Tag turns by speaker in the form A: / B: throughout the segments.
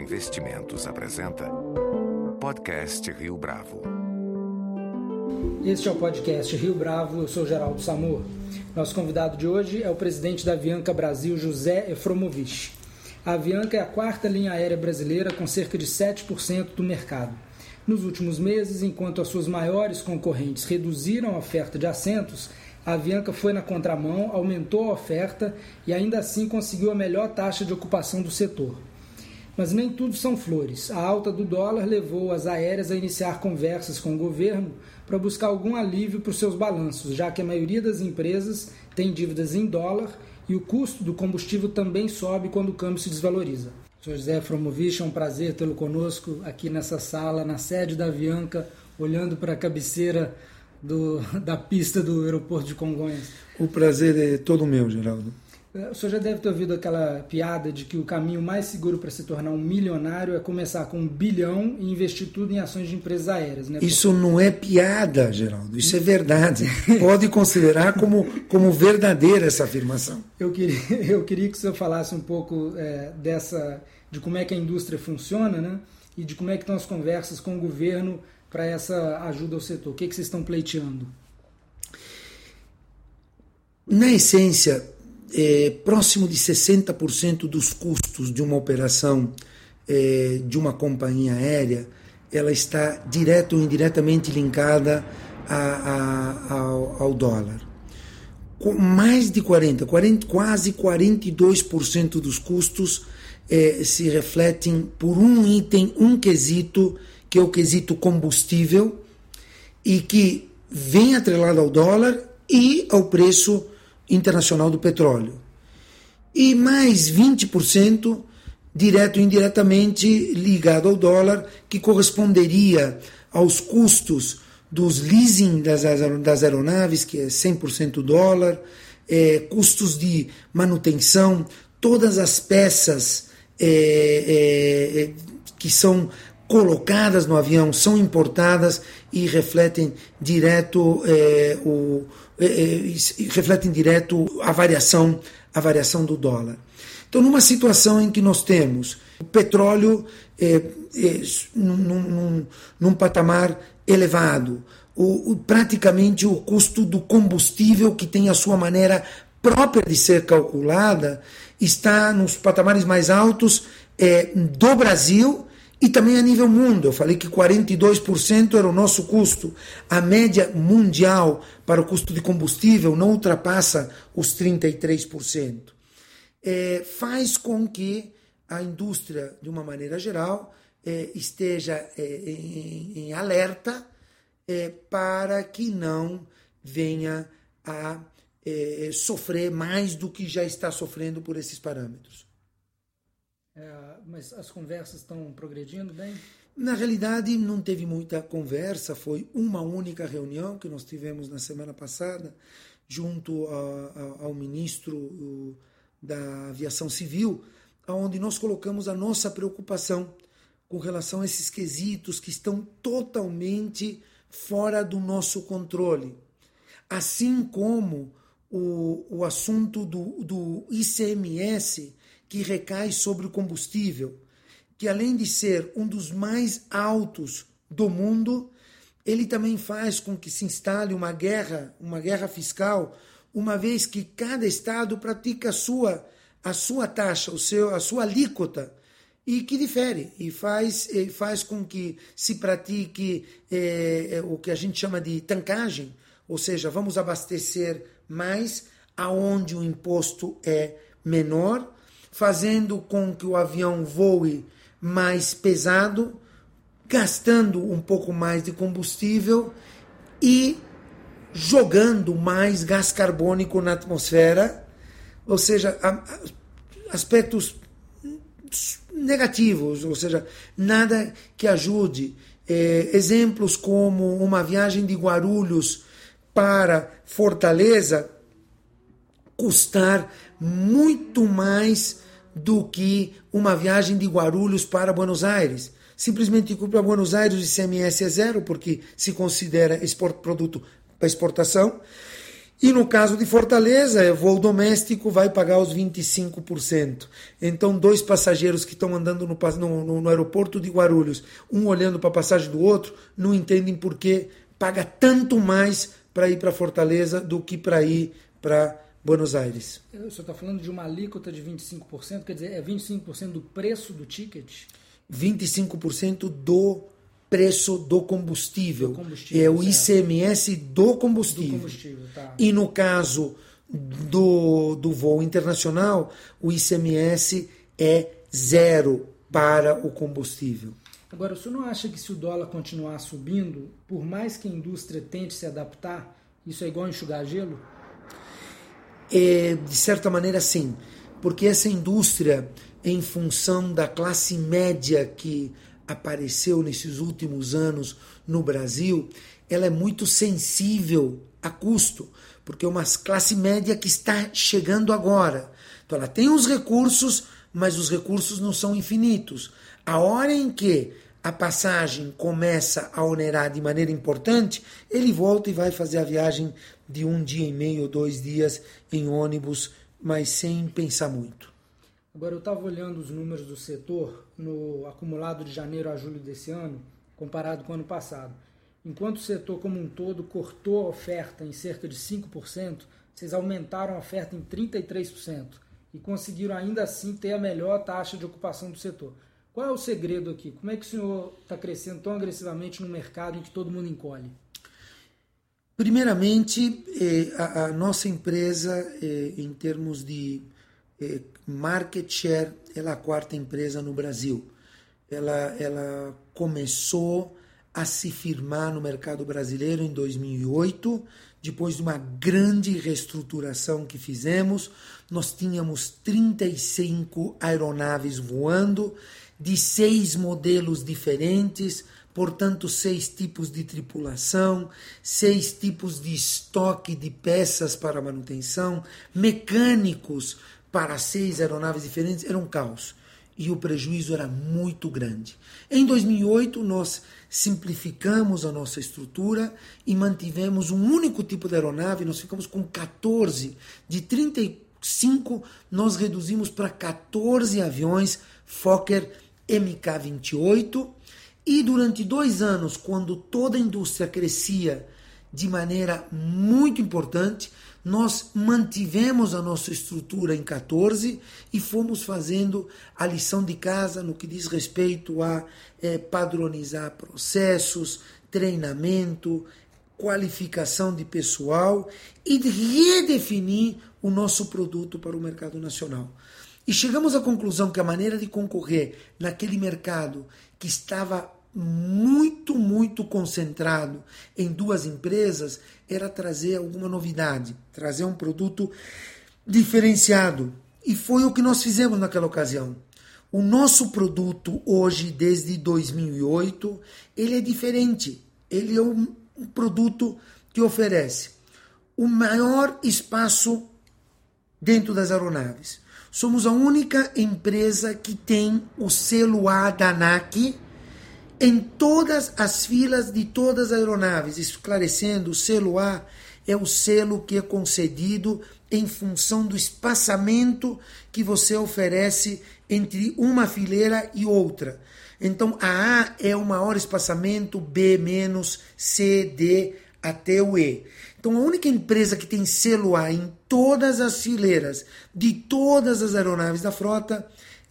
A: Investimentos apresenta Podcast Rio Bravo.
B: Este é o podcast Rio Bravo, eu sou Geraldo Samor. Nosso convidado de hoje é o presidente da Avianca Brasil, José Efromovich. A Avianca é a quarta linha aérea brasileira com cerca de 7% do mercado. Nos últimos meses, enquanto as suas maiores concorrentes reduziram a oferta de assentos, a Avianca foi na contramão, aumentou a oferta e ainda assim conseguiu a melhor taxa de ocupação do setor. Mas nem tudo são flores. A alta do dólar levou as aéreas a iniciar conversas com o governo para buscar algum alívio para os seus balanços, já que a maioria das empresas tem dívidas em dólar e o custo do combustível também sobe quando o câmbio se desvaloriza. Sr. José Efromovich, é um prazer tê-lo conosco aqui nessa sala, na sede da Avianca, olhando para a cabeceira da pista do aeroporto de Congonhas.
C: O prazer é todo meu, Geraldo.
B: O senhor já deve ter ouvido aquela piada de que o caminho mais seguro para se tornar um milionário é começar com 1 bilhão e investir tudo em ações de empresas aéreas, né?
C: Isso não é piada, Geraldo, isso é verdade. Pode considerar como verdadeira essa afirmação.
B: Eu queria que o senhor falasse um pouco de como é que a indústria funciona, né? E de como é que estão as conversas com o governo para essa ajuda ao setor. O que vocês estão pleiteando?
C: Na essência, próximo de 60% dos custos de uma operação de uma companhia aérea, ela está direto ou indiretamente linkada ao dólar. Com mais de quase 42% dos custos se refletem por um item, um quesito, que é o quesito combustível, e que vem atrelado ao dólar e ao preço internacional do petróleo. E mais 20% direto e indiretamente ligado ao dólar, que corresponderia aos custos dos leasing das aeronaves, que é 100% dólar, custos de manutenção, todas as peças que são colocadas no avião são importadas e refletem direto a variação do dólar. Então, numa situação em que nós temos o petróleo num patamar elevado, praticamente o custo do combustível, que tem a sua maneira própria de ser calculada, está nos patamares mais altos do Brasil e também a nível mundo. Eu falei que 42% era o nosso custo. A média mundial para o custo de combustível não ultrapassa os 33%. Faz com que a indústria, de uma maneira geral, esteja em alerta para que não venha a sofrer mais do que já está sofrendo por esses parâmetros.
B: Mas as conversas estão progredindo bem?
C: Na realidade, não teve muita conversa, foi uma única reunião que nós tivemos na semana passada, junto ao ministro da Aviação Civil, onde nós colocamos a nossa preocupação com relação a esses quesitos que estão totalmente fora do nosso controle. Assim como o assunto do ICMS, que recai sobre o combustível, que além de ser um dos mais altos do mundo, ele também faz com que se instale uma guerra fiscal, uma vez que cada estado pratica a sua taxa, a sua alíquota, e que difere, e faz com que se pratique o que a gente chama de tankagem, ou seja, vamos abastecer mais aonde o imposto é menor, fazendo com que o avião voe mais pesado, gastando um pouco mais de combustível e jogando mais gás carbônico na atmosfera, ou seja, aspectos negativos, ou seja, nada que ajude. Exemplos como uma viagem de Guarulhos para Fortaleza custar muito mais do que uma viagem de Guarulhos para Buenos Aires. Simplesmente para Buenos Aires o ICMS é zero, porque se considera produto para exportação. E no caso de Fortaleza, voo doméstico vai pagar os 25%. Então, 2 passageiros que estão andando no aeroporto de Guarulhos, um olhando para a passagem do outro, não entendem por que paga tanto mais para ir para Fortaleza do que para ir para Buenos Aires.
B: O senhor está falando de uma alíquota de 25%, quer dizer, é 25% do preço do ticket?
C: 25% do preço do combustível. É o ICMS do combustível.
B: Tá.
C: E no caso do voo internacional, o ICMS é 0 para o combustível.
B: Agora, o senhor não acha que se o dólar continuar subindo, por mais que a indústria tente se adaptar, isso é igual enxugar gelo?
C: De certa maneira, sim. Porque essa indústria, em função da classe média que apareceu nesses últimos anos no Brasil, ela é muito sensível a custo, porque é uma classe média que está chegando agora. Então ela tem os recursos, mas os recursos não são infinitos. A hora em que a passagem começa a onerar de maneira importante, ele volta e vai fazer a viagem de 1 dia e meio ou 2 dias em ônibus, mas sem pensar muito.
B: Agora, eu estava olhando os números do setor no acumulado de janeiro a julho desse ano, comparado com o ano passado. Enquanto o setor como um todo cortou a oferta em cerca de 5%, vocês aumentaram a oferta em 33% e conseguiram ainda assim ter a melhor taxa de ocupação do setor. Qual é o segredo aqui? Como é que o senhor está crescendo tão agressivamente no mercado em que todo mundo encolhe?
C: Primeiramente, a nossa empresa, em termos de market share, ela é a 4ª empresa no Brasil. Ela começou a se firmar no mercado brasileiro em 2008, depois de uma grande reestruturação que fizemos. Nós tínhamos 35 aeronaves voando, de 6 modelos diferentes, portanto 6 tipos de tripulação, 6 tipos de estoque de peças para manutenção, mecânicos para 6 aeronaves diferentes, era um caos. E o prejuízo era muito grande. Em 2008, nós simplificamos a nossa estrutura e mantivemos um único tipo de aeronave, nós ficamos com 14. De 35, nós reduzimos para 14 aviões Fokker MK-28, e durante 2 anos, quando toda a indústria crescia de maneira muito importante, nós mantivemos a nossa estrutura em 14 e fomos fazendo a lição de casa no que diz respeito a padronizar processos, treinamento, qualificação de pessoal e redefinir o nosso produto para o mercado nacional. E chegamos à conclusão que a maneira de concorrer naquele mercado que estava muito, muito concentrado em 2 empresas era trazer alguma novidade, trazer um produto diferenciado. E foi o que nós fizemos naquela ocasião. O nosso produto hoje, desde 2008, ele é diferente. Ele é um produto que oferece o maior espaço dentro das aeronaves. Somos a única empresa que tem o selo A da ANAC em todas as filas de todas as aeronaves. Esclarecendo, o selo A é o selo que é concedido em função do espaçamento que você oferece entre uma fileira e outra. Então, a A é o maior espaçamento, B menos, C, D, até o E. Então, a única empresa que tem selo A em todas as fileiras de todas as aeronaves da frota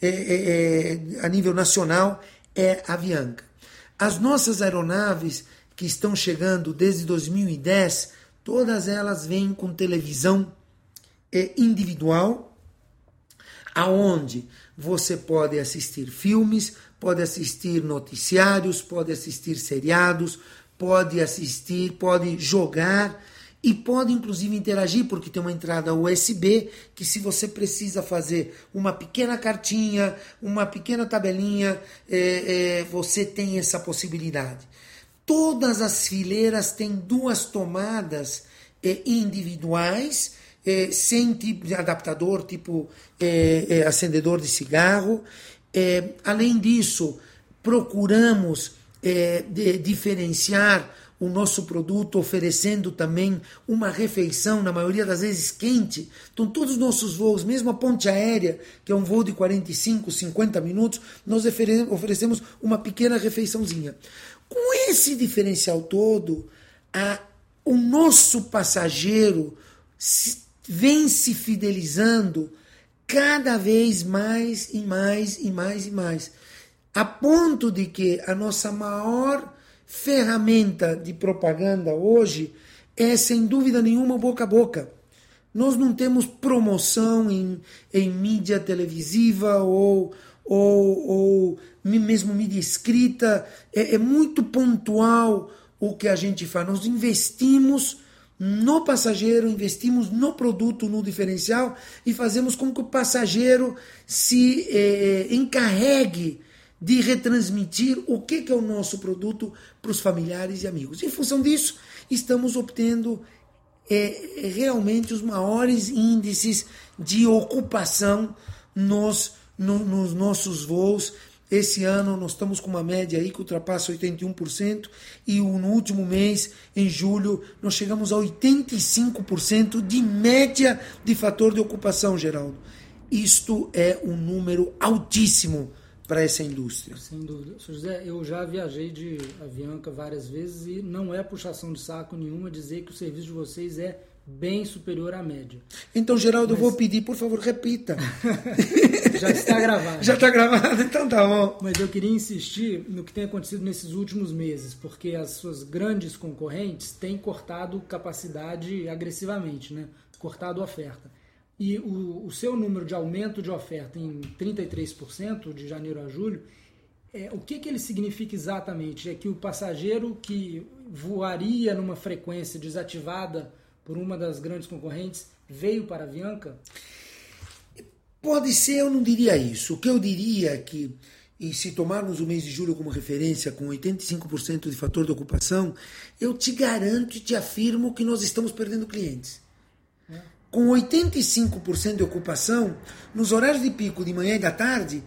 C: a nível nacional é a Avianca. As nossas aeronaves que estão chegando desde 2010, todas elas vêm com televisão individual, aonde você pode assistir filmes, pode assistir noticiários, pode assistir seriados, pode jogar e pode inclusive interagir, porque tem uma entrada USB que, se você precisa fazer uma pequena cartinha, uma pequena tabelinha, você tem essa possibilidade. Todas as fileiras têm 2 tomadas individuais, sem tipo de adaptador, tipo acendedor de cigarro. Além disso, procuramos diferenciar o nosso produto oferecendo também uma refeição, na maioria das vezes quente. Então todos os nossos voos, mesmo a ponte aérea, que é um voo de 45, 50 minutos, nós oferecemos uma pequena refeiçãozinha. Com esse diferencial todo, o nosso passageiro vem se fidelizando cada vez mais e mais e mais e mais, a ponto de que a nossa maior ferramenta de propaganda hoje é, sem dúvida nenhuma, boca a boca. Nós não temos promoção em mídia televisiva ou mesmo mídia escrita. É muito pontual o que a gente faz. Nós investimos no passageiro, investimos no produto, no diferencial, e fazemos com que o passageiro se encarregue de retransmitir o que é o nosso produto para os familiares e amigos. Em função disso, estamos obtendo realmente os maiores índices de ocupação nos nossos voos. Esse ano nós estamos com uma média aí que ultrapassa 81%, e no último mês, em julho, nós chegamos a 85% de média de fator de ocupação, Geraldo. Isto é um número altíssimo para essa indústria.
B: Sem dúvida. Sr. José, eu já viajei de Avianca várias vezes e não é puxação de saco nenhuma dizer que o serviço de vocês é bem superior à média.
C: Então, Geraldo, eu vou pedir, por favor, repita.
B: Já está gravado.
C: Já está gravado, então tá bom.
B: Mas eu queria insistir no que tem acontecido nesses últimos meses, porque as suas grandes concorrentes têm cortado capacidade agressivamente, né? Cortado oferta. E o seu número de aumento de oferta em 33% de janeiro a julho, o que ele significa exatamente? É que o passageiro que voaria numa frequência desativada por uma das grandes concorrentes veio para a Avianca?
C: Pode ser, eu não diria isso. O que eu diria é que, e se tomarmos o mês de julho como referência, com 85% de fator de ocupação, eu te garanto e te afirmo que nós estamos perdendo clientes. Com 85% de ocupação, nos horários de pico de manhã e da tarde,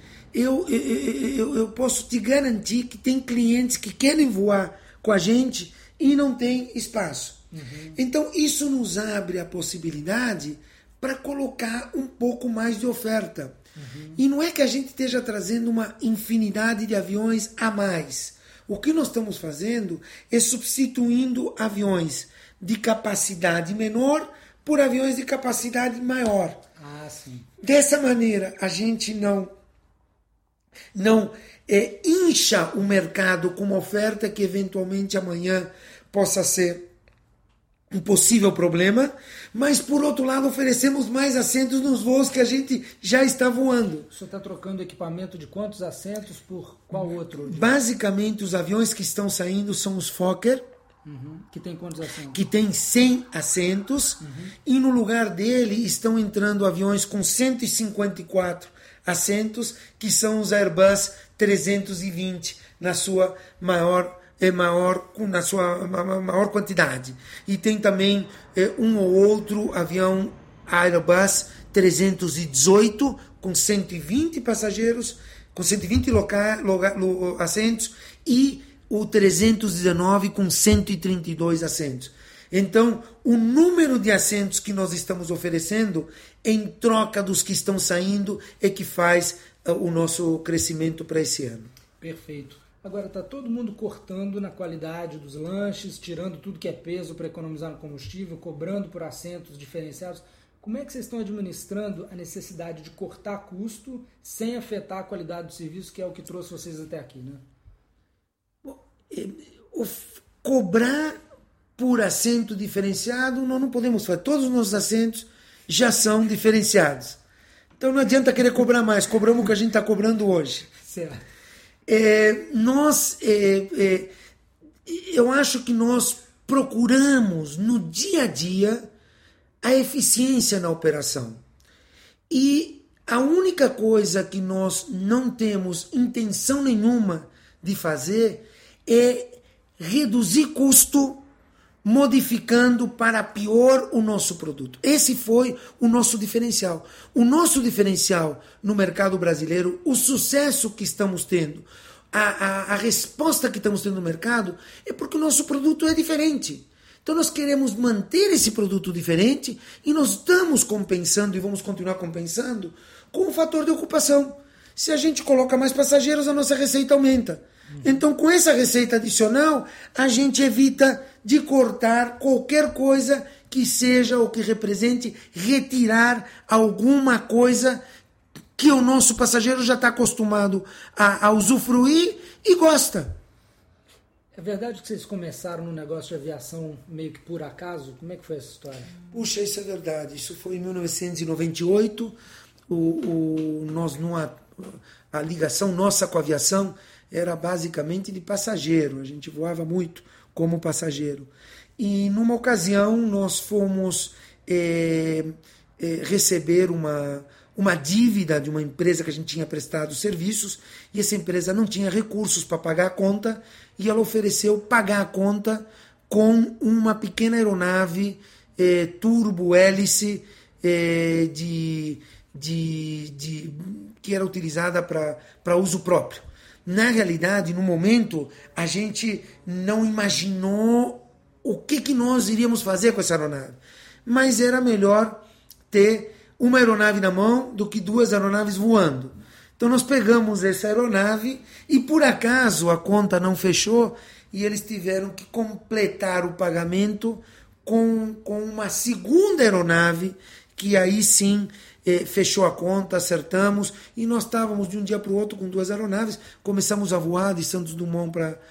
C: eu posso te garantir que tem clientes que querem voar com a gente e não tem espaço. Então, isso nos abre a possibilidade para colocar um pouco mais de oferta. E não é que a gente esteja trazendo uma infinidade de aviões a mais. O que nós estamos fazendo é substituindo aviões de capacidade menor por aviões de capacidade maior.
B: Sim.
C: Dessa maneira, a gente não incha o mercado com uma oferta que eventualmente amanhã possa ser um possível problema, mas por outro lado oferecemos mais assentos nos voos que a gente já está voando.
B: O senhor está trocando equipamento de quantos assentos por qual outro?
C: Basicamente, os aviões que estão saindo são os Fokker,
B: que tem quantos assentos?
C: Que tem 100 assentos, e no lugar dele estão entrando aviões com 154 assentos, que são os Airbus 320, na sua maior quantidade. E tem também um ou outro avião Airbus 318 com 120 passageiros, com 120 assentos, e o 319 com 132 assentos. Então, o número de assentos que nós estamos oferecendo em troca dos que estão saindo é que faz o nosso crescimento para esse ano.
B: Perfeito. Agora, está todo mundo cortando na qualidade dos lanches, tirando tudo que é peso para economizar no combustível, cobrando por assentos diferenciados. Como é que vocês estão administrando a necessidade de cortar custo sem afetar a qualidade do serviço, que é o que trouxe vocês até aqui, né?
C: Cobrar por assento diferenciado, nós não podemos fazer. Todos os nossos assentos já são diferenciados. Então não adianta querer cobrar mais. Cobramos o que a gente está cobrando hoje.
B: Certo.
C: Eu acho que nós procuramos no dia a dia a eficiência na operação. E a única coisa que nós não temos intenção nenhuma de fazer é reduzir custo modificando para pior o nosso produto. Esse foi o nosso diferencial. O nosso diferencial no mercado brasileiro, o sucesso que estamos tendo, a resposta que estamos tendo no mercado é porque o nosso produto é diferente. Então nós queremos manter esse produto diferente e nós estamos compensando e vamos continuar compensando com o fator de ocupação. Se a gente coloca mais passageiros, a nossa receita aumenta. Então com essa receita adicional, a gente evita de cortar qualquer coisa que seja ou que represente retirar alguma coisa que o nosso passageiro já está acostumado a usufruir e gosta.
B: É verdade que vocês começaram no negócio de aviação meio que por acaso? Como é que foi essa história?
C: Puxa, isso é verdade. Isso foi em 1998. A ligação nossa com a aviação era basicamente de passageiro. A gente voava muito como passageiro. E numa ocasião nós fomos receber uma dívida de uma empresa que a gente tinha prestado serviços e essa empresa não tinha recursos para pagar a conta e ela ofereceu pagar a conta com uma pequena aeronave turbo-hélice que era utilizada para uso próprio. Na realidade, no momento, a gente não imaginou o que nós iríamos fazer com essa aeronave. Mas era melhor ter uma aeronave na mão do que duas aeronaves voando. Então nós pegamos essa aeronave e por acaso a conta não fechou e eles tiveram que completar o pagamento com uma segunda aeronave que aí sim fechou a conta, acertamos e nós estávamos de um dia para o outro com duas aeronaves, começamos a voar de Santos Dumont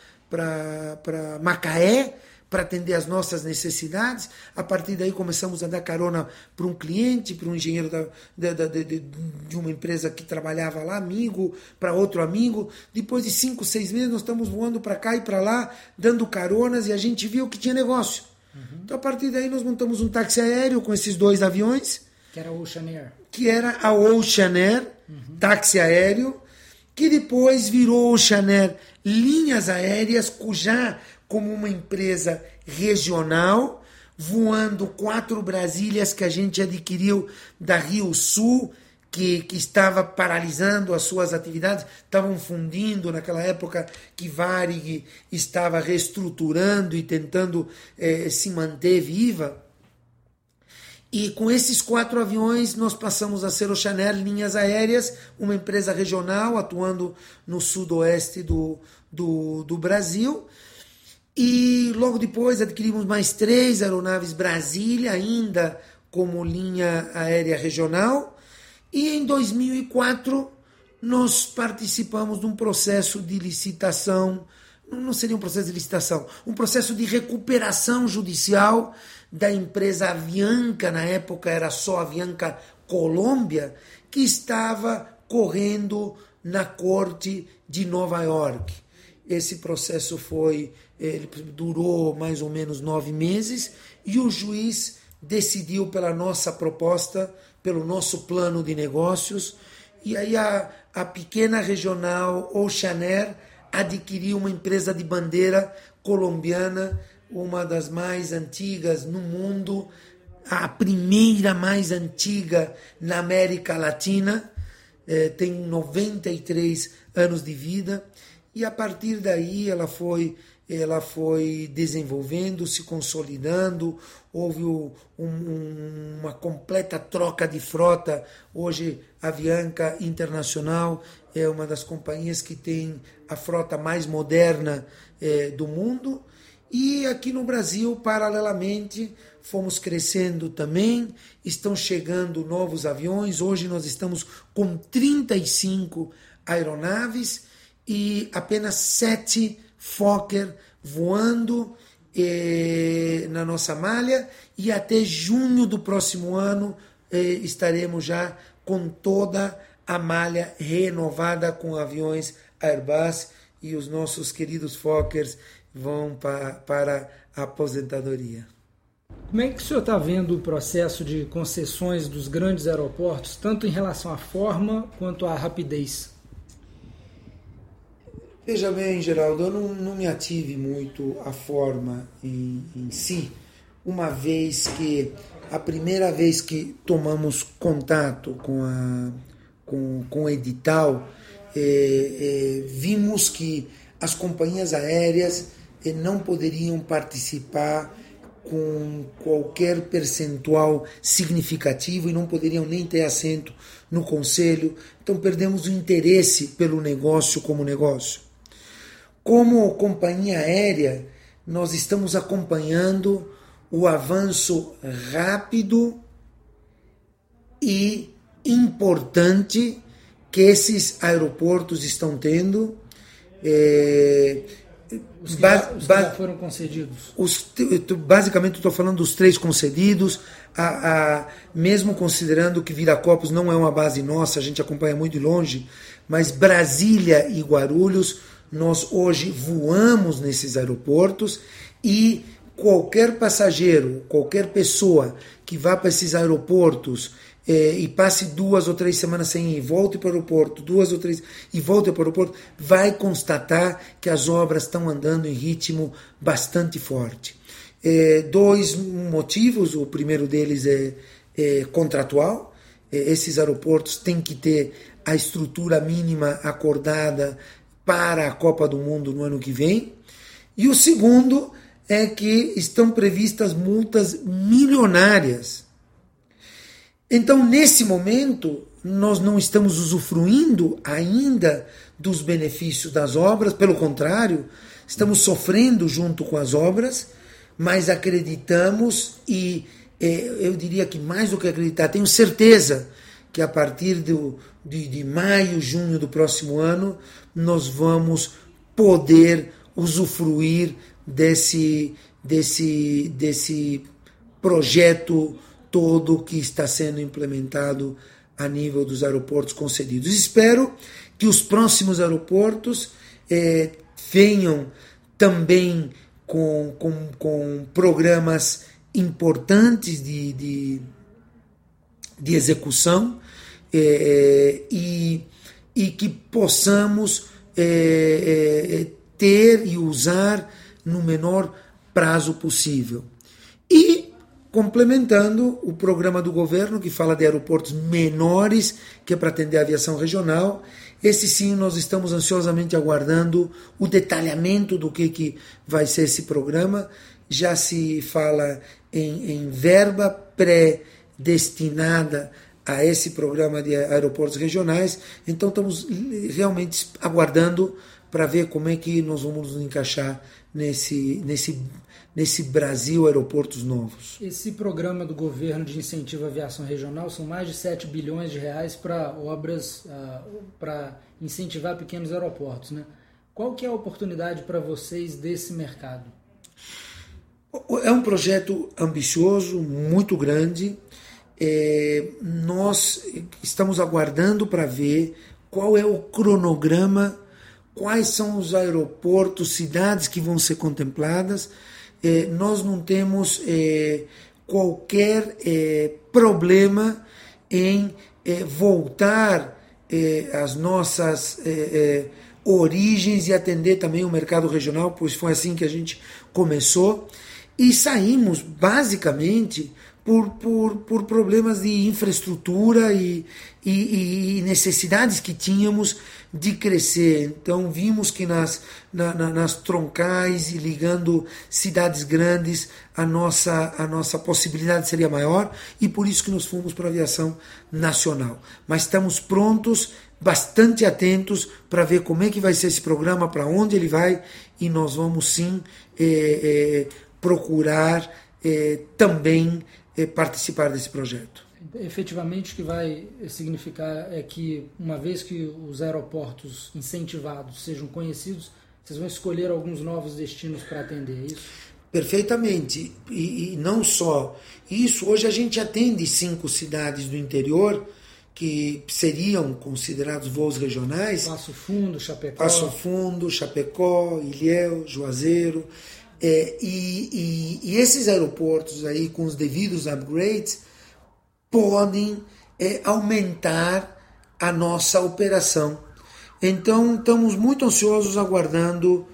C: para Macaé, para atender as nossas necessidades. A partir daí começamos a dar carona para um cliente, para um engenheiro de uma empresa que trabalhava lá, amigo, para outro amigo. Depois de 5, 6 meses nós estamos voando para cá e para lá, dando caronas e a gente viu que tinha negócio. Então a partir daí nós montamos um táxi aéreo com esses 2 aviões.
B: Que era a Ocean Air.
C: Que era a Ocean Air, táxi aéreo, que depois virou Ocean Air Linhas Aéreas, cuja como uma empresa regional, voando 4 Brasílias que a gente adquiriu da Rio Sul, que estava paralisando as suas atividades, estavam fundindo naquela época que Varig estava reestruturando e tentando se manter viva. E com esses 4 aviões nós passamos a ser Ocean Air Linhas Aéreas, uma empresa regional atuando no sudoeste do Brasil. E logo depois adquirimos mais 3 aeronaves Brasília, ainda como linha aérea regional. E em 2004 nós participamos de um processo de licitação, não seria um processo de licitação, um processo de recuperação judicial da empresa Avianca, na época era só Avianca Colômbia, que estava correndo na corte de Nova York. Esse processo ele durou mais ou menos 9 meses e o juiz decidiu pela nossa proposta, pelo nosso plano de negócios, e aí a pequena regional Ocean Air adquiriu uma empresa de bandeira colombiana, uma das mais antigas no mundo, a primeira mais antiga na América Latina, tem 93 anos de vida, e a partir daí ela foi desenvolvendo, se consolidando, houve uma completa troca de frota. Hoje a Avianca Internacional é uma das companhias que tem a frota mais moderna do mundo. E aqui no Brasil, paralelamente, fomos crescendo também, estão chegando novos aviões. Hoje nós estamos com 35 aeronaves e apenas 7 Fokker voando na nossa malha, e até junho do próximo ano estaremos já com toda a malha renovada com aviões Airbus, e os nossos queridos Fokkers vão para a aposentadoria.
B: Como é que o senhor está vendo o processo de concessões dos grandes aeroportos, tanto em relação à forma quanto à rapidez?
C: Veja bem, Geraldo, eu não me ative muito à forma em si, uma vez que a primeira vez que tomamos contato com o edital, vimos que as companhias aéreas não poderiam participar com qualquer percentual significativo e não poderiam nem ter assento no conselho. Então perdemos o interesse pelo negócio como negócio. Como companhia aérea, nós estamos acompanhando o avanço rápido e importante que esses aeroportos estão tendo.
B: Os que já foram concedidos?
C: Basicamente, estou falando dos 3 concedidos, mesmo considerando que Viracopos não é uma base nossa, a gente acompanha muito de longe, mas Brasília e Guarulhos, nós hoje voamos nesses aeroportos e qualquer passageiro, qualquer pessoa que vá para esses aeroportos e passe 2 ou 3 semanas sem ir, volte para o aeroporto, 2 ou 3 e volte para o aeroporto, vai constatar que as obras estão andando em ritmo bastante forte. 2 motivos, o primeiro deles é contratual. Esses aeroportos têm que ter a estrutura mínima acordada para a Copa do Mundo no ano que vem. E o segundo é que estão previstas multas milionárias. Então, nesse momento, nós não estamos usufruindo ainda dos benefícios das obras, pelo contrário, estamos sofrendo junto com as obras, mas acreditamos e eu diria que mais do que acreditar, tenho certeza que a partir de maio, junho do próximo ano, nós vamos poder usufruir desse projeto todo que está sendo implementado a nível dos aeroportos concedidos. Espero que os próximos aeroportos venham também com programas importantes de execução e que possamos ter e usar no menor prazo possível. E complementando o programa do governo que fala de aeroportos menores, que é para atender a aviação regional. Esse sim, nós estamos ansiosamente aguardando o detalhamento do que vai ser esse programa. Já se fala em verba pré-destinada a esse programa de aeroportos regionais, então estamos realmente aguardando para ver como é que nós vamos nos encaixar nesse Brasil aeroportos novos.
B: Esse programa do governo de incentivo à aviação regional são mais de 7 bilhões de reais para obras, para incentivar pequenos aeroportos, né? Qual que é a oportunidade para vocês desse mercado?
C: É um projeto ambicioso, muito grande. Nós estamos aguardando para ver qual é o cronograma, quais são os aeroportos, cidades que vão ser contempladas. Nós não temos qualquer problema em voltar às nossas origens e atender também o mercado regional, pois foi assim que a gente começou. E saímos basicamente por problemas de infraestrutura e necessidades que tínhamos de crescer. Então vimos que nas troncais e ligando cidades grandes a nossa possibilidade seria maior e por isso que nós fomos para a aviação nacional. Mas estamos prontos, bastante atentos para ver como é que vai ser esse programa, para onde ele vai, e nós vamos sim procurar também participar desse projeto.
B: Efetivamente, o que vai significar é que, uma vez que os aeroportos incentivados sejam conhecidos, vocês vão escolher alguns novos destinos para atender, é isso?
C: Perfeitamente. E não só isso, hoje a gente atende 5 cidades do interior que seriam considerados voos regionais.
B: Passo Fundo,
C: Chapecó, Ilhéus, Juazeiro. E esses aeroportos aí, com os devidos upgrades, podem aumentar a nossa operação. Então, estamos muito ansiosos aguardando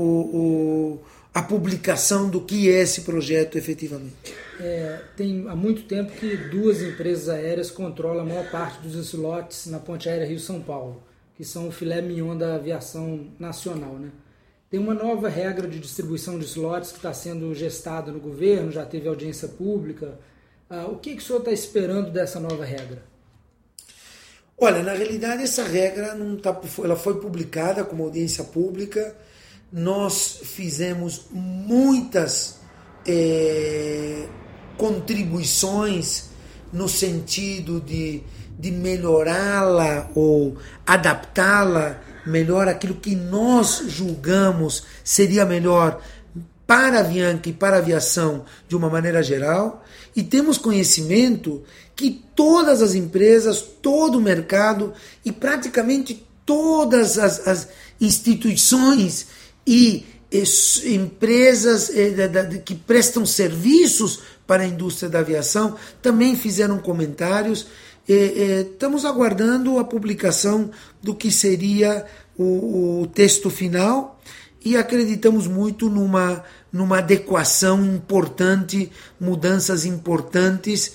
C: a publicação do que é esse projeto efetivamente.
B: Tem há muito tempo que 2 empresas aéreas controlam a maior parte dos slots na Ponte Aérea Rio-São Paulo, que são o filé mignon da aviação nacional, né? Tem uma nova regra de distribuição de slots que está sendo gestada no governo, já teve audiência pública. O que o senhor está esperando dessa nova regra?
C: Olha, na realidade essa regra ela foi publicada como audiência pública. Nós fizemos muitas contribuições no sentido de melhorá-la ou adaptá-la melhor aquilo que nós julgamos seria melhor para a Avianca e para a aviação de uma maneira geral, e temos conhecimento que todas as empresas, todo o mercado e praticamente todas as instituições e empresas que prestam serviços para a indústria da aviação também fizeram comentários. Estamos aguardando a publicação do que seria o texto final e acreditamos muito numa adequação importante, mudanças importantes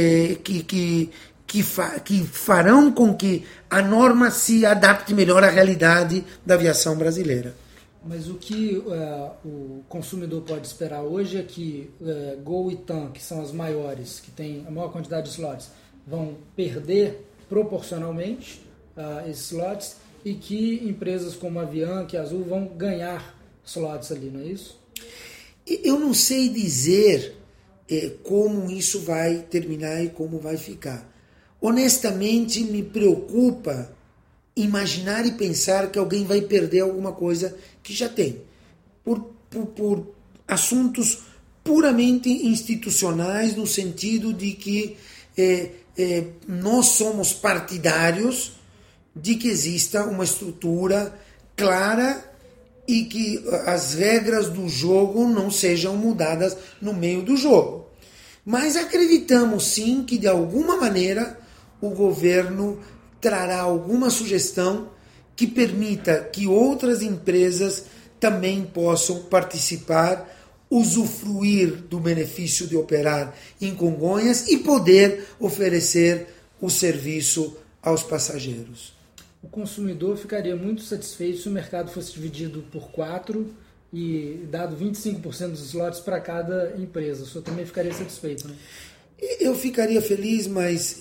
C: que farão com que a norma se adapte melhor à realidade da aviação brasileira.
B: Mas o que o consumidor pode esperar hoje é que Gol e TAM, que são as maiores, que têm a maior quantidade de slots, vão perder proporcionalmente esses slots e que empresas como a Avianca e a Azul vão ganhar slots ali, não é isso?
C: Eu não sei dizer como isso vai terminar e como vai ficar. Honestamente, me preocupa imaginar e pensar que alguém vai perder alguma coisa que já tem. Por assuntos puramente institucionais, no sentido de que nós somos partidários de que exista uma estrutura clara e que as regras do jogo não sejam mudadas no meio do jogo. Mas acreditamos sim que de alguma maneira o governo trará alguma sugestão que permita que outras empresas também possam participar, usufruir do benefício de operar em Congonhas e poder oferecer o serviço aos passageiros.
B: O consumidor ficaria muito satisfeito se o mercado fosse dividido por 4 e dado 25% dos slots para cada empresa. O senhor também ficaria satisfeito, né?
C: Eu ficaria feliz, mas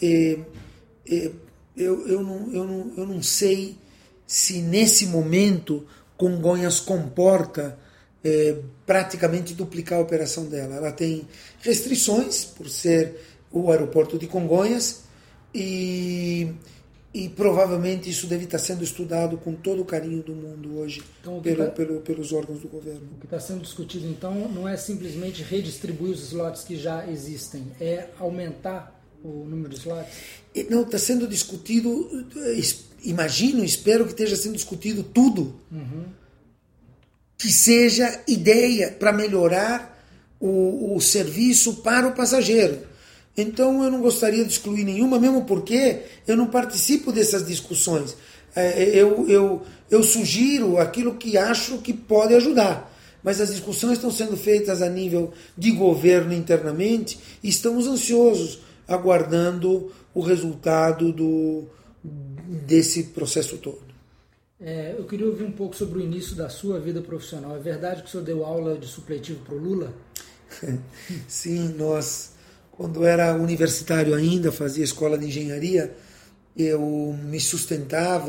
C: eu não sei se nesse momento Congonhas comporta praticamente duplicar a operação dela. Ela tem restrições por ser o aeroporto de Congonhas e provavelmente isso deve estar sendo estudado com todo o carinho do mundo hoje então, pelos órgãos do governo.
B: O que está sendo discutido então não é simplesmente redistribuir os slots que já existem, é aumentar o número de slots?
C: Não, está sendo discutido, espero que esteja sendo discutido tudo. Que seja ideia para melhorar o serviço para o passageiro. Então eu não gostaria de excluir nenhuma, mesmo porque eu não participo dessas discussões. Eu sugiro aquilo que acho que pode ajudar. Mas as discussões estão sendo feitas a nível de governo internamente e estamos ansiosos, aguardando o resultado desse processo todo.
B: Eu queria ouvir um pouco sobre o início da sua vida profissional. É verdade que o senhor deu aula de supletivo para o Lula?
C: Sim, quando era universitário ainda, fazia escola de engenharia, eu me sustentava,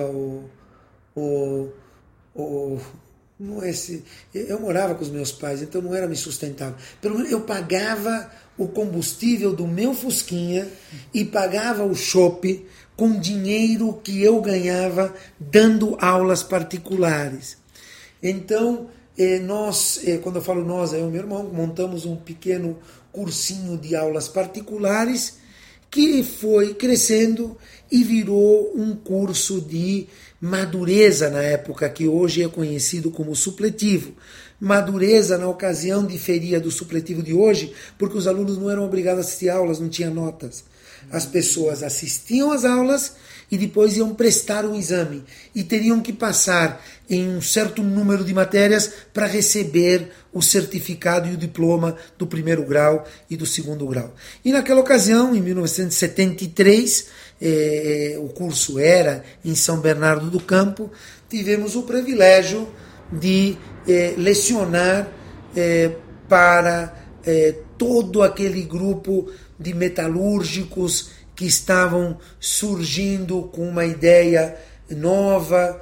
C: eu morava com os meus pais, então não era me sustentável. Pelo menos eu pagava o combustível do meu Fusquinha e pagava o chopp com dinheiro que eu ganhava dando aulas particulares. Então, quando eu falo nós, eu e meu irmão, montamos um pequeno cursinho de aulas particulares que foi crescendo e virou um curso de madureza na época, que hoje é conhecido como supletivo. Madureza na ocasião diferia do supletivo de hoje, porque os alunos não eram obrigados a assistir aulas, não tinha notas. As pessoas assistiam às aulas e depois iam prestar o exame e teriam que passar em um certo número de matérias para receber o certificado e o diploma do primeiro grau e do segundo grau. E naquela ocasião, em 1973, o curso era em São Bernardo do Campo, tivemos o privilégio de lecionar para todo aquele grupo de metalúrgicos que estavam surgindo com uma ideia nova,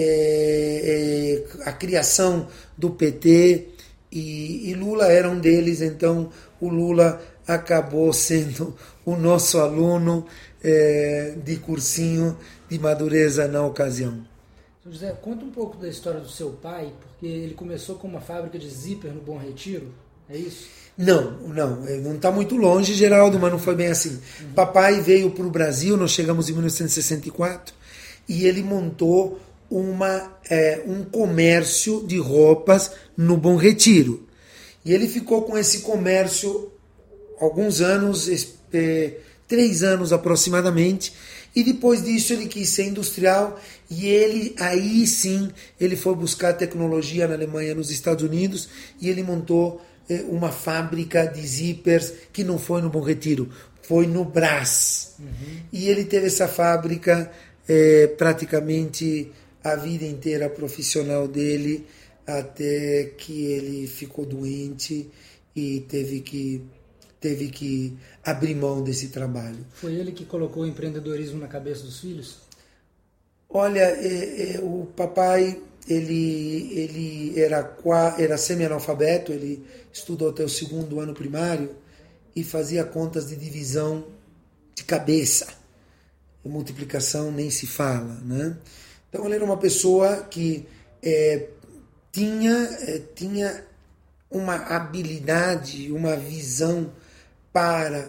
C: a criação do PT, e Lula era um deles. Então o Lula acabou sendo o nosso aluno de cursinho de Madureza na ocasião.
B: José, conta um pouco da história do seu pai, porque ele começou com uma fábrica de zíper no Bom Retiro, é isso?
C: Não está muito longe, Geraldo, mas não foi bem assim. Papai veio para o Brasil, nós chegamos em 1964, e ele montou um comércio de roupas no Bom Retiro. E ele ficou com esse comércio alguns anos, 3 anos aproximadamente, e depois disso ele quis ser industrial, e aí sim ele foi buscar tecnologia na Alemanha, nos Estados Unidos, e ele montou uma fábrica de zippers que não foi no Bom Retiro, foi no Brás. E ele teve essa fábrica praticamente a vida inteira profissional dele, até que ele ficou doente e teve que abrir mão desse trabalho.
B: Foi ele que colocou o empreendedorismo na cabeça dos filhos?
C: Olha, o papai ele era semi-analfabeto, ele estudou até o 2º ano primário e fazia contas de divisão de cabeça. Multiplicação nem se fala, né? Então ele era uma pessoa que tinha uma habilidade, uma visão para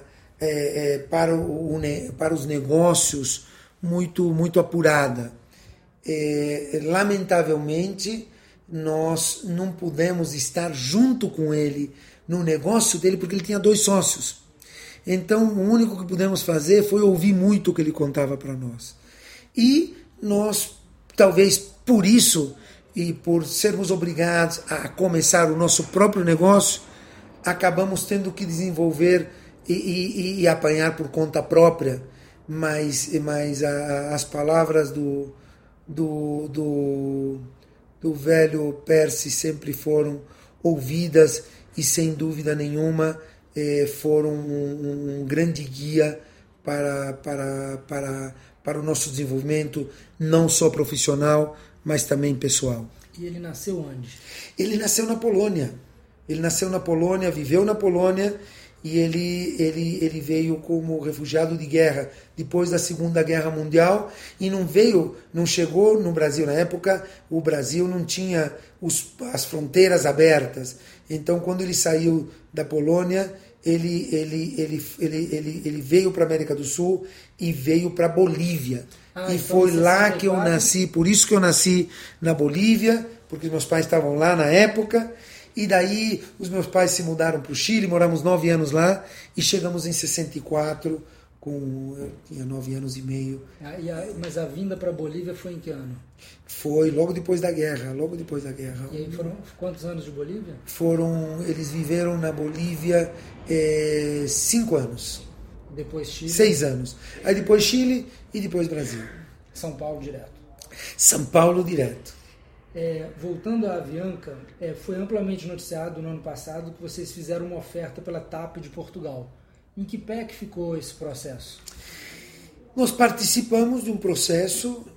C: os negócios muito apurada. Lamentavelmente, nós não pudemos estar junto com ele no negócio dele, porque ele tinha 2 sócios. Então, o único que pudemos fazer foi ouvir muito o que ele contava para nós. E nós, talvez por isso, e por sermos obrigados a começar o nosso próprio negócio, acabamos tendo que desenvolver e apanhar por conta própria. Mas as palavras do velho Percy sempre foram ouvidas e, sem dúvida nenhuma, foram um grande guia para o nosso desenvolvimento, não só profissional, mas também pessoal.
B: E ele nasceu onde?
C: Ele nasceu na Polônia. Viveu na Polônia, e ele veio como refugiado de guerra depois da Segunda Guerra Mundial, e não chegou no Brasil. Na época, o Brasil não tinha as fronteiras abertas. Então, quando ele saiu da Polônia, ele veio para a América do Sul e veio para a Bolívia. E então foi lá que eu nasci. Por isso que eu nasci na Bolívia, porque meus pais estavam lá na época. E daí os meus pais se mudaram para o Chile, moramos 9 anos lá e chegamos em 64, eu tinha 9 anos e meio.
B: Mas a vinda para a Bolívia foi em que ano?
C: Foi logo depois da guerra.
B: E aí foram quantos anos de Bolívia?
C: Eles viveram na Bolívia 5 anos.
B: Depois Chile?
C: 6 anos. Aí depois Chile e depois Brasil.
B: São Paulo direto?
C: São Paulo direto.
B: Voltando à Avianca, foi amplamente noticiado no ano passado que vocês fizeram uma oferta pela TAP de Portugal. Em que pé que ficou esse processo?
C: Nós participamos de um processo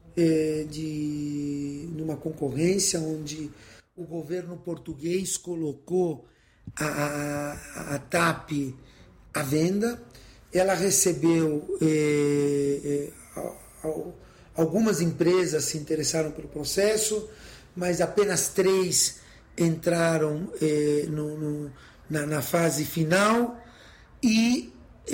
C: numa concorrência onde o governo português colocou a TAP à venda. Ela recebeu algumas empresas se interessaram pelo processo, mas apenas 3 entraram na fase final e,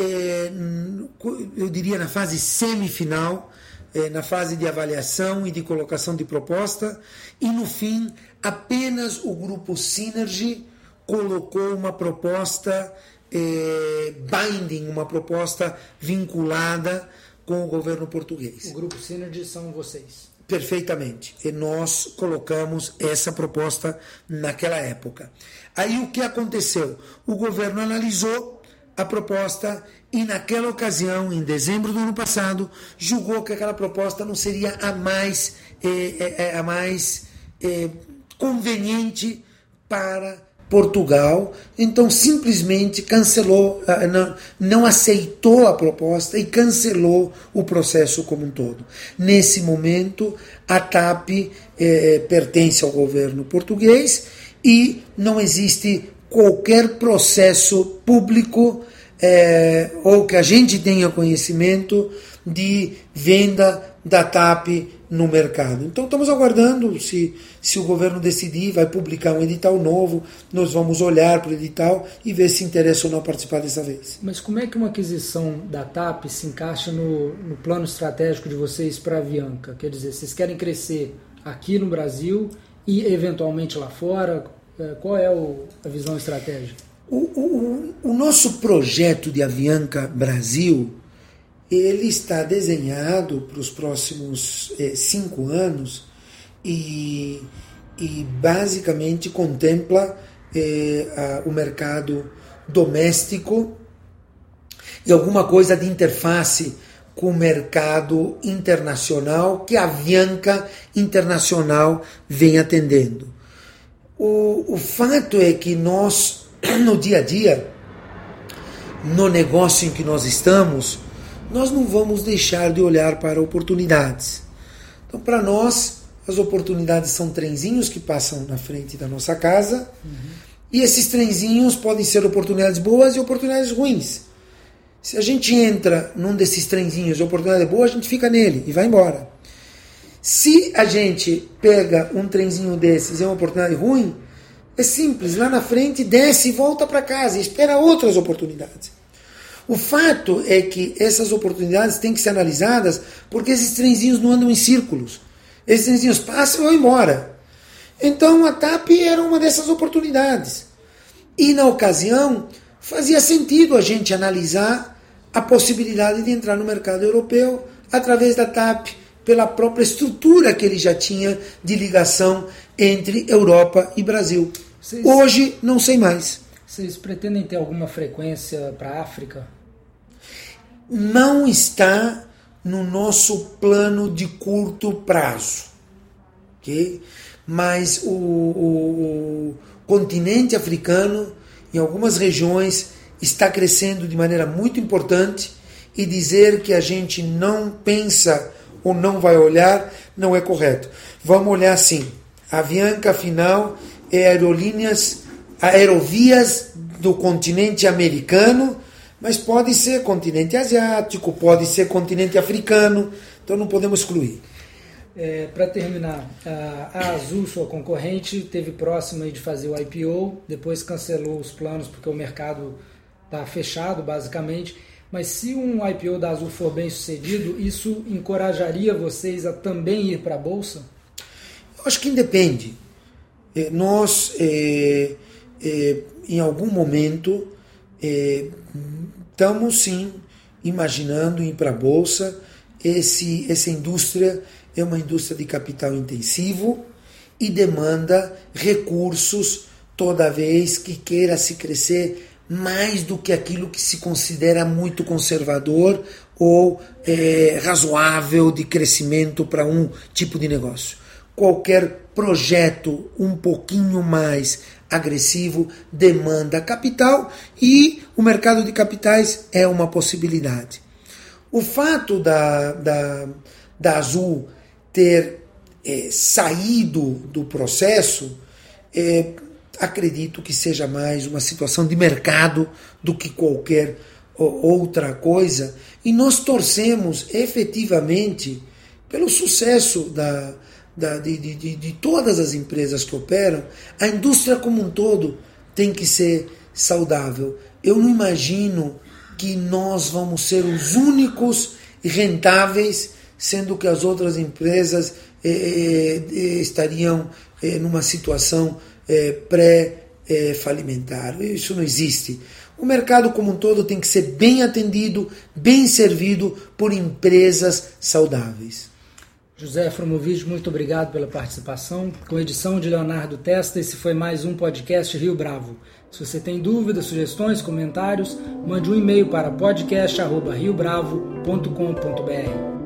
C: eu diria, na fase semifinal, na fase de avaliação e de colocação de proposta. E, no fim, apenas o grupo Synergy colocou uma proposta binding, uma proposta vinculada com o governo português.
B: O Grupo Synergy são vocês?
C: Perfeitamente. E nós colocamos essa proposta naquela época. Aí o que aconteceu? O governo analisou a proposta e naquela ocasião, em dezembro do ano passado, julgou que aquela proposta não seria a mais conveniente para Portugal, então simplesmente cancelou, não aceitou a proposta e cancelou o processo como um todo. Nesse momento, a TAP pertence ao governo português e não existe qualquer processo público ou que a gente tenha conhecimento de venda da TAP no mercado. Então estamos aguardando, se o governo decidir, vai publicar um edital novo, nós vamos olhar para o edital e ver se interessa ou não participar dessa vez.
B: Mas como é que uma aquisição da TAP se encaixa no plano estratégico de vocês para a Avianca? Quer dizer, vocês querem crescer aqui no Brasil e eventualmente lá fora? Qual é a visão estratégica?
C: O nosso projeto de Avianca Brasil, ele está desenhado para os próximos 5 anos e basicamente contempla o mercado doméstico e alguma coisa de interface com o mercado internacional que a Avianca Internacional vem atendendo. O fato é que nós, no dia a dia, no negócio em que nós estamos, nós não vamos deixar de olhar para oportunidades. Então, para nós, as oportunidades são trenzinhos que passam na frente da nossa casa, e esses trenzinhos podem ser oportunidades boas e oportunidades ruins. Se a gente entra num desses trenzinhos de oportunidade boa, a gente fica nele e vai embora. Se a gente pega um trenzinho desses e é uma oportunidade ruim, é simples, lá na frente desce e volta para casa e espera outras oportunidades. O fato é que essas oportunidades têm que ser analisadas porque esses trenzinhos não andam em círculos. Esses trenzinhos passam e vão embora. Então a TAP era uma dessas oportunidades. E na ocasião fazia sentido a gente analisar a possibilidade de entrar no mercado europeu através da TAP, pela própria estrutura que ele já tinha de ligação entre Europa e Brasil. Hoje não sei mais.
B: Vocês pretendem ter alguma frequência para a África?
C: Não está no nosso plano de curto prazo, okay? Mas o continente africano, em algumas regiões, está crescendo de maneira muito importante, e dizer que a gente não pensa ou não vai olhar não é correto. Vamos olhar sim. A Avianca, afinal, é aerovias do continente americano, mas pode ser continente asiático, pode ser continente africano, então não podemos excluir.
B: Para terminar, a Azul, sua concorrente, teve próxima de fazer o IPO, depois cancelou os planos porque o mercado está fechado, basicamente. Mas se um IPO da Azul for bem sucedido, isso encorajaria vocês a também ir para a Bolsa?
C: Eu acho que independe. Nós, em algum momento, estamos sim imaginando ir para a Bolsa. Essa indústria é uma indústria de capital intensivo e demanda recursos toda vez que queira se crescer mais do que aquilo que se considera muito conservador ou razoável de crescimento para um tipo de negócio. Qualquer projeto um pouquinho mais agressivo demanda capital e o mercado de capitais é uma possibilidade. O fato da Azul ter saído do processo, acredito que seja mais uma situação de mercado do que qualquer outra coisa, e nós torcemos efetivamente pelo sucesso de todas as empresas que operam. A indústria como um todo tem que ser saudável. Eu não imagino que nós vamos ser os únicos rentáveis, sendo que as outras empresas estariam numa situação pré-falimentar. Isso não existe. O mercado como um todo tem que ser bem atendido, bem servido por empresas saudáveis.
B: José Efromovich, muito obrigado pela participação. Com edição de Leonardo Testa, esse foi mais um podcast Rio Bravo. Se você tem dúvidas, sugestões, comentários, mande um e-mail para podcast@riobravo.com.br.